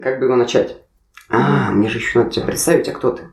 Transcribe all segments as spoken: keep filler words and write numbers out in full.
Как бы его начать? А, мне же еще надо тебя представить, а кто ты?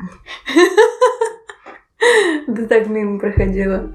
Да так мимо проходила.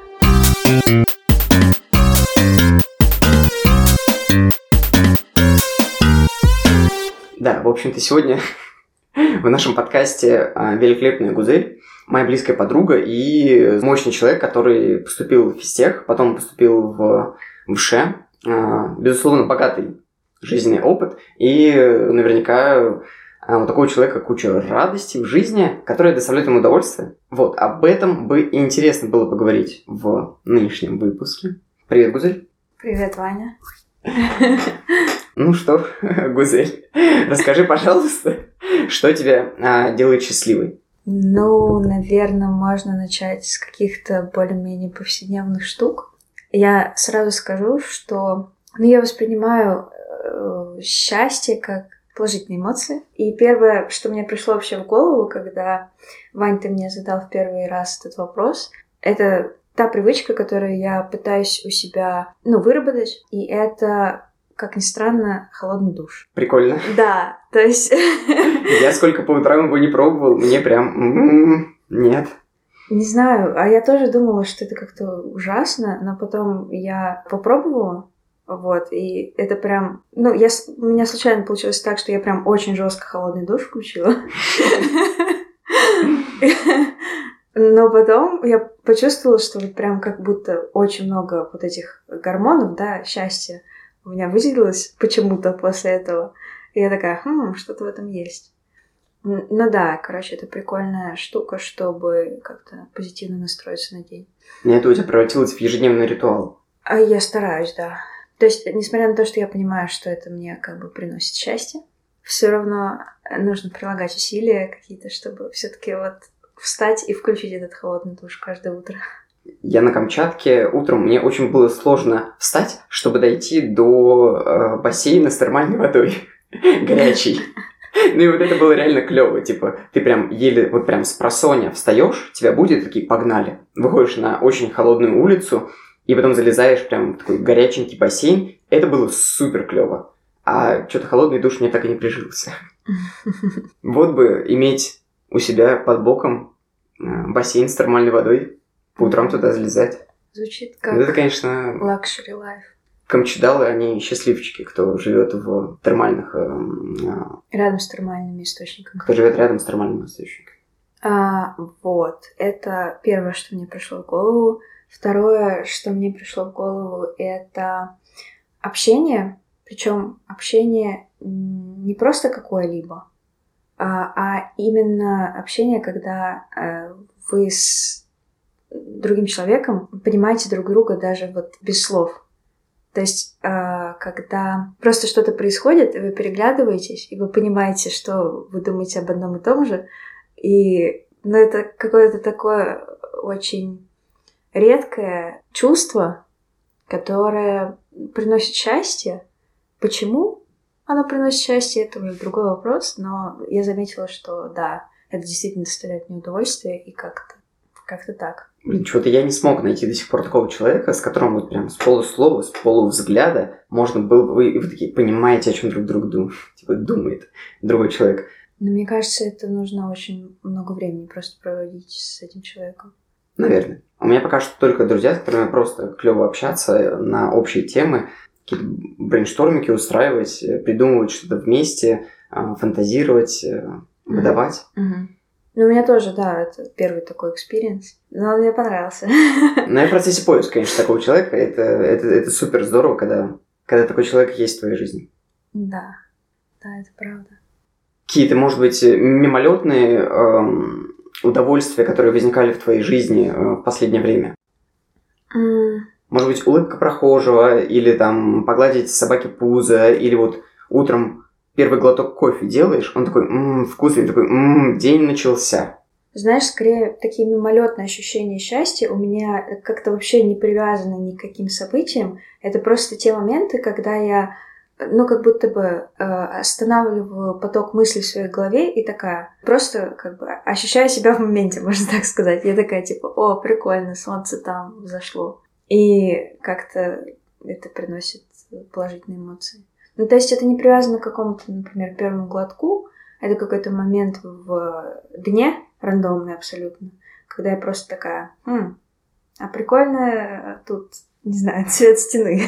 Да, в общем-то, сегодня в нашем подкасте великолепная Гузель, моя близкая подруга и мощный человек, который поступил в физтех, потом поступил в ВШЭ. Безусловно, богатый жизненный опыт и наверняка у такого человека куча радости в жизни, которая доставляет ему удовольствие. Вот, об этом бы и интересно было поговорить в нынешнем выпуске. Привет, Гузель. Привет, Ваня. Ну что, Гузель, расскажи, пожалуйста, что тебя а, делает счастливой? Ну, наверное, можно начать с каких-то более-менее повседневных штук. Я сразу скажу, что ну, я воспринимаю э, счастье как положительные эмоции. И первое, что мне пришло вообще в голову, когда, Вань, ты мне задал в первый раз этот вопрос, это та привычка, которую я пытаюсь у себя, ну, выработать, и это, как ни странно, холодный душ. Прикольно. Да, то есть... Я сколько по утрам его не пробовал, мне прям... Нет. Не знаю, а я тоже думала, что это как-то ужасно, но потом я попробовала, вот, и это прям... Ну, я, у меня случайно получилось так, что я прям очень жестко холодный душ включила. Но потом я почувствовала, что вот прям как будто очень много вот этих гормонов, да, счастья у меня выделилось почему-то после этого. И я такая, хм, что-то в этом есть. Ну да, короче, это прикольная штука, чтобы как-то позитивно настроиться на день. И это у тебя превратилось в ежедневный ритуал. А я стараюсь, да. То есть, несмотря на то, что я понимаю, что это мне как бы приносит счастье, все равно нужно прилагать усилия какие-то, чтобы все-таки вот встать и включить этот холодный душ каждое утро. Я на Камчатке утром, мне очень было сложно встать, чтобы дойти до э, бассейна с термальной водой, горячей. Ну и вот это было реально клево, типа, ты прям еле, вот прям с просонья встаешь, тебя будет, такие, погнали. Выходишь на очень холодную улицу, и потом залезаешь прям в такой горяченький бассейн. Это было супер клево. А что-то холодный душ мне так и не прижился. Вот бы иметь у себя под боком бассейн с термальной водой, по утрам туда залезать. Звучит как это, конечно, luxury life. Камчадалы, они счастливчики, кто живет в термальных... Рядом с термальными источниками. Кто живет рядом с термальными источниками. А, вот, это первое, что мне пришло в голову. Второе, что мне пришло в голову, это общение. Причем общение не просто какое-либо, а, а именно общение, когда э, вы с другим человеком понимаете друг друга даже вот без слов. То есть, э, когда просто что-то происходит, и вы переглядываетесь, и вы понимаете, что вы думаете об одном и том же, и ну, это какое-то такое очень редкое чувство, которое приносит счастье. Почему оно приносит счастье, это уже другой вопрос, но я заметила, что да, это действительно доставляет мне удовольствие, и как-то, как-то так. Блин, что-то я не смог найти до сих пор такого человека, с которым вот прям с полуслова, с полувзгляда можно было бы... Вы, вы такие понимаете, о чем друг друг дум, типа, думает другой человек. Но мне кажется, это нужно очень много времени просто проводить с этим человеком. Наверное. У меня пока что только друзья, с которыми просто клево общаться на общие темы, какие-то брейнштормики устраивать, придумывать что-то вместе, фантазировать, выдавать. Mm-hmm. Ну, у меня тоже, да, это первый такой экспириенс. Но он мне понравился. Но я в процессе поиска, конечно, такого человека. Это, это, это супер здорово, когда, когда такой человек есть в твоей жизни. Да, да, это правда. Какие-то, может быть, мимолетные эм, удовольствия, которые возникали в твоей жизни э, в последнее время? Mm. Может быть, улыбка прохожего, или там погладить собаке пузо, или вот утром первый глоток кофе делаешь, он такой, ммм, вкусный, такой, ммм, день начался. Знаешь, скорее, такие мимолетные ощущения счастья у меня как-то вообще не привязаны ни к каким событиям. Это просто те моменты, когда я, ну, как будто бы э, останавливаю поток мыслей в своей голове и такая, просто как бы ощущаю себя в моменте, можно так сказать. Я такая, типа, о, прикольно, солнце там взошло. И как-то это приносит положительные эмоции. Ну, то есть это не привязано к какому-то, например, первому глотку. Это какой-то момент в дне, рандомный абсолютно, когда я просто такая, хм, а прикольно тут, не знаю, цвет стены.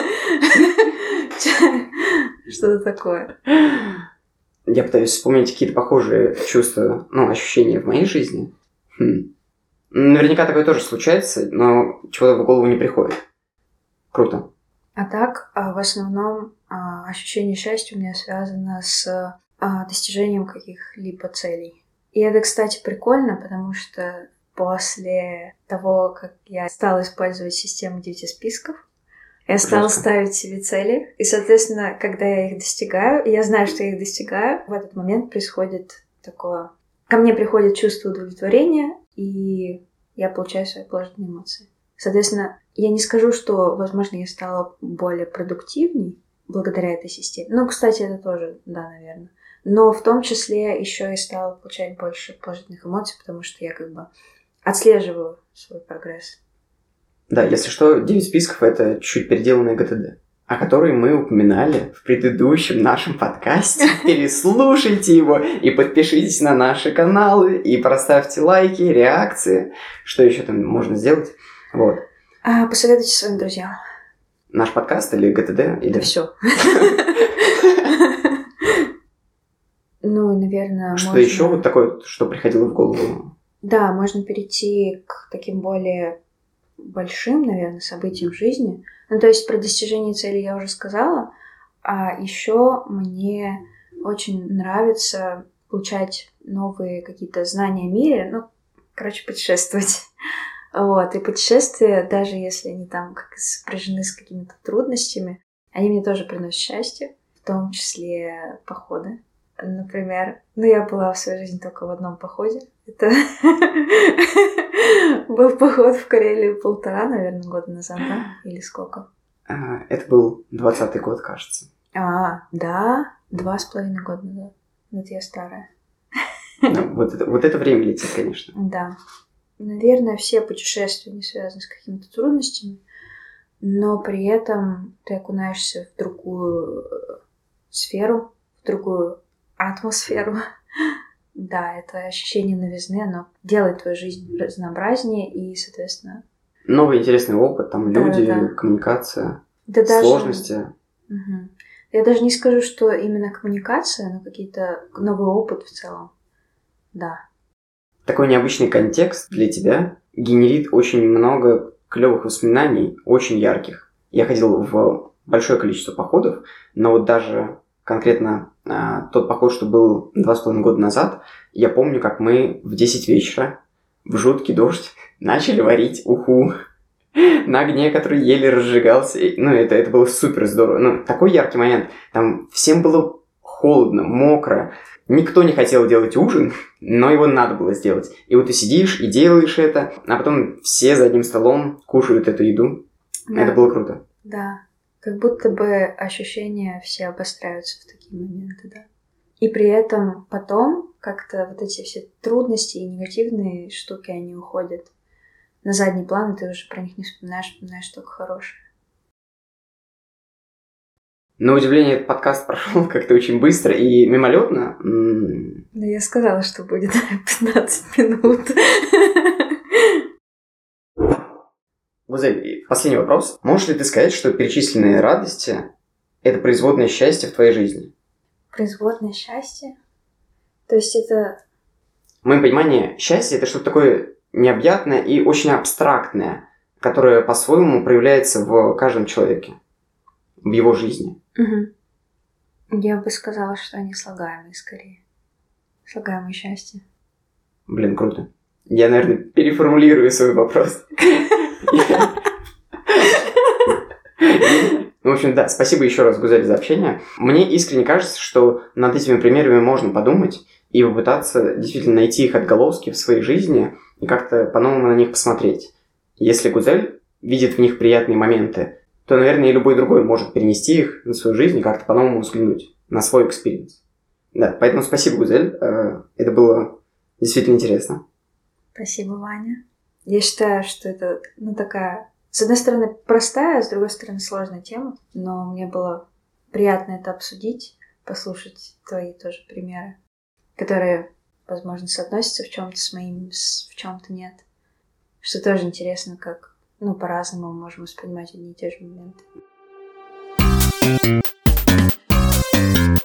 Что-то такое. Я пытаюсь вспомнить какие-то похожие чувства, ну, ощущения в моей жизни. Хм. Наверняка такое тоже случается, но чего-то в голову не приходит. Круто. А так, в основном, ощущение счастья у меня связано с достижением каких-либо целей. И это, кстати, прикольно, потому что после того, как я стала использовать систему девяти списков, я стала Жестко. ставить себе цели. И, соответственно, когда я их достигаю, я знаю, что я их достигаю, в этот момент происходит такое... Ко мне приходит чувство удовлетворения, и я получаю свои положительные эмоции. Соответственно, я не скажу, что, возможно, я стала более продуктивней благодаря этой системе. Ну, кстати, это тоже, да, наверное. Но в том числе еще и стала получать больше положительных эмоций, потому что я как бы отслеживаю свой прогресс. Да, если что, девять списков — это чуть переделанная ГТД, о которой мы упоминали в предыдущем нашем подкасте. Переслушайте его и подпишитесь на наши каналы, и проставьте лайки, реакции. Что еще там можно сделать? Вот. А, посоветуйте своим друзьям. Наш подкаст или ГТД? Или... Да все. Ну, наверное, Что можно... еще вот такое, что приходило в голову? Да, можно перейти к таким более большим, наверное, событиям в жизни. Ну, то есть про достижение цели я уже сказала. А еще мне очень нравится получать новые какие-то знания о мире. Ну, короче, путешествовать. Вот. И путешествия, даже если они там как сопряжены с какими-то трудностями, они мне тоже приносят счастье, в том числе походы. Например, ну, я была в своей жизни только в одном походе. Это был поход в Карелию полтора, наверное, года назад, да? Или сколько? Это был двадцатый год, кажется. А, да, два с половиной года назад. Вот я старая. Ну, вот, это, вот это время летит, конечно. Да. Наверное, все путешествия не связаны с какими-то трудностями, но при этом ты окунаешься в другую сферу, в другую атмосферу. Да, это ощущение новизны, оно делает твою жизнь разнообразнее и, соответственно... Новый интересный опыт, там да, люди, да, да. коммуникация, да сложности. Даже... Угу. Я даже не скажу, что именно коммуникация, но какие-то новый опыт в целом. Да. Такой необычный контекст для тебя генерит очень много клевых воспоминаний, очень ярких. Я ходил в большое количество походов, но вот даже конкретно а, тот поход, что был два с половиной года назад, я помню, как мы в десять вечера в жуткий дождь начали варить уху на огне, который еле разжигался. Ну, это, это было супер здорово. Ну, такой яркий момент. Там всем было холодно, мокро. Никто не хотел делать ужин, но его надо было сделать. И вот ты сидишь и делаешь это, а потом все за одним столом кушают эту еду. Да. Это было круто. Да. Как будто бы ощущения все обостряются в такие моменты, да. И при этом потом как-то вот эти все трудности и негативные штуки, они уходят на задний план, и ты уже про них не вспоминаешь, вспоминаешь только хорошее. На удивление, этот подкаст прошел как-то очень быстро и мимолетно. Да, я сказала, что будет пятнадцать минут. Гузель, последний вопрос. Можешь ли ты сказать, что перечисленные радости – это производное счастье в твоей жизни? Производное счастье? То есть это... В моем понимании, счастье – это что-то такое необъятное и очень абстрактное, которое по-своему проявляется в каждом человеке, в его жизни. Угу. Я бы сказала, что они слагаемые скорее. Слагаемое счастье. Блин, круто. Я, наверное, переформулирую свой вопрос. В общем, да, спасибо еще раз, Гузель, за общение. Мне искренне кажется, что над этими примерами можно подумать и попытаться действительно найти их отголоски в своей жизни и как-то по-новому на них посмотреть. Если Гузель видит в них приятные моменты, то, наверное, и любой другой может перенести их на свою жизнь и как-то по-новому взглянуть на свой экспириенс. Да, поэтому спасибо, Гузель. Это было действительно интересно. Спасибо, Ваня. Я считаю, что это, ну, такая, с одной стороны, простая, а с другой стороны, сложная тема, но мне было приятно это обсудить, послушать твои тоже примеры, которые, возможно, соотносятся в чем-то с моими, в чем-то нет. Что тоже интересно, как, ну, по-разному мы можем воспринимать одни и те же моменты.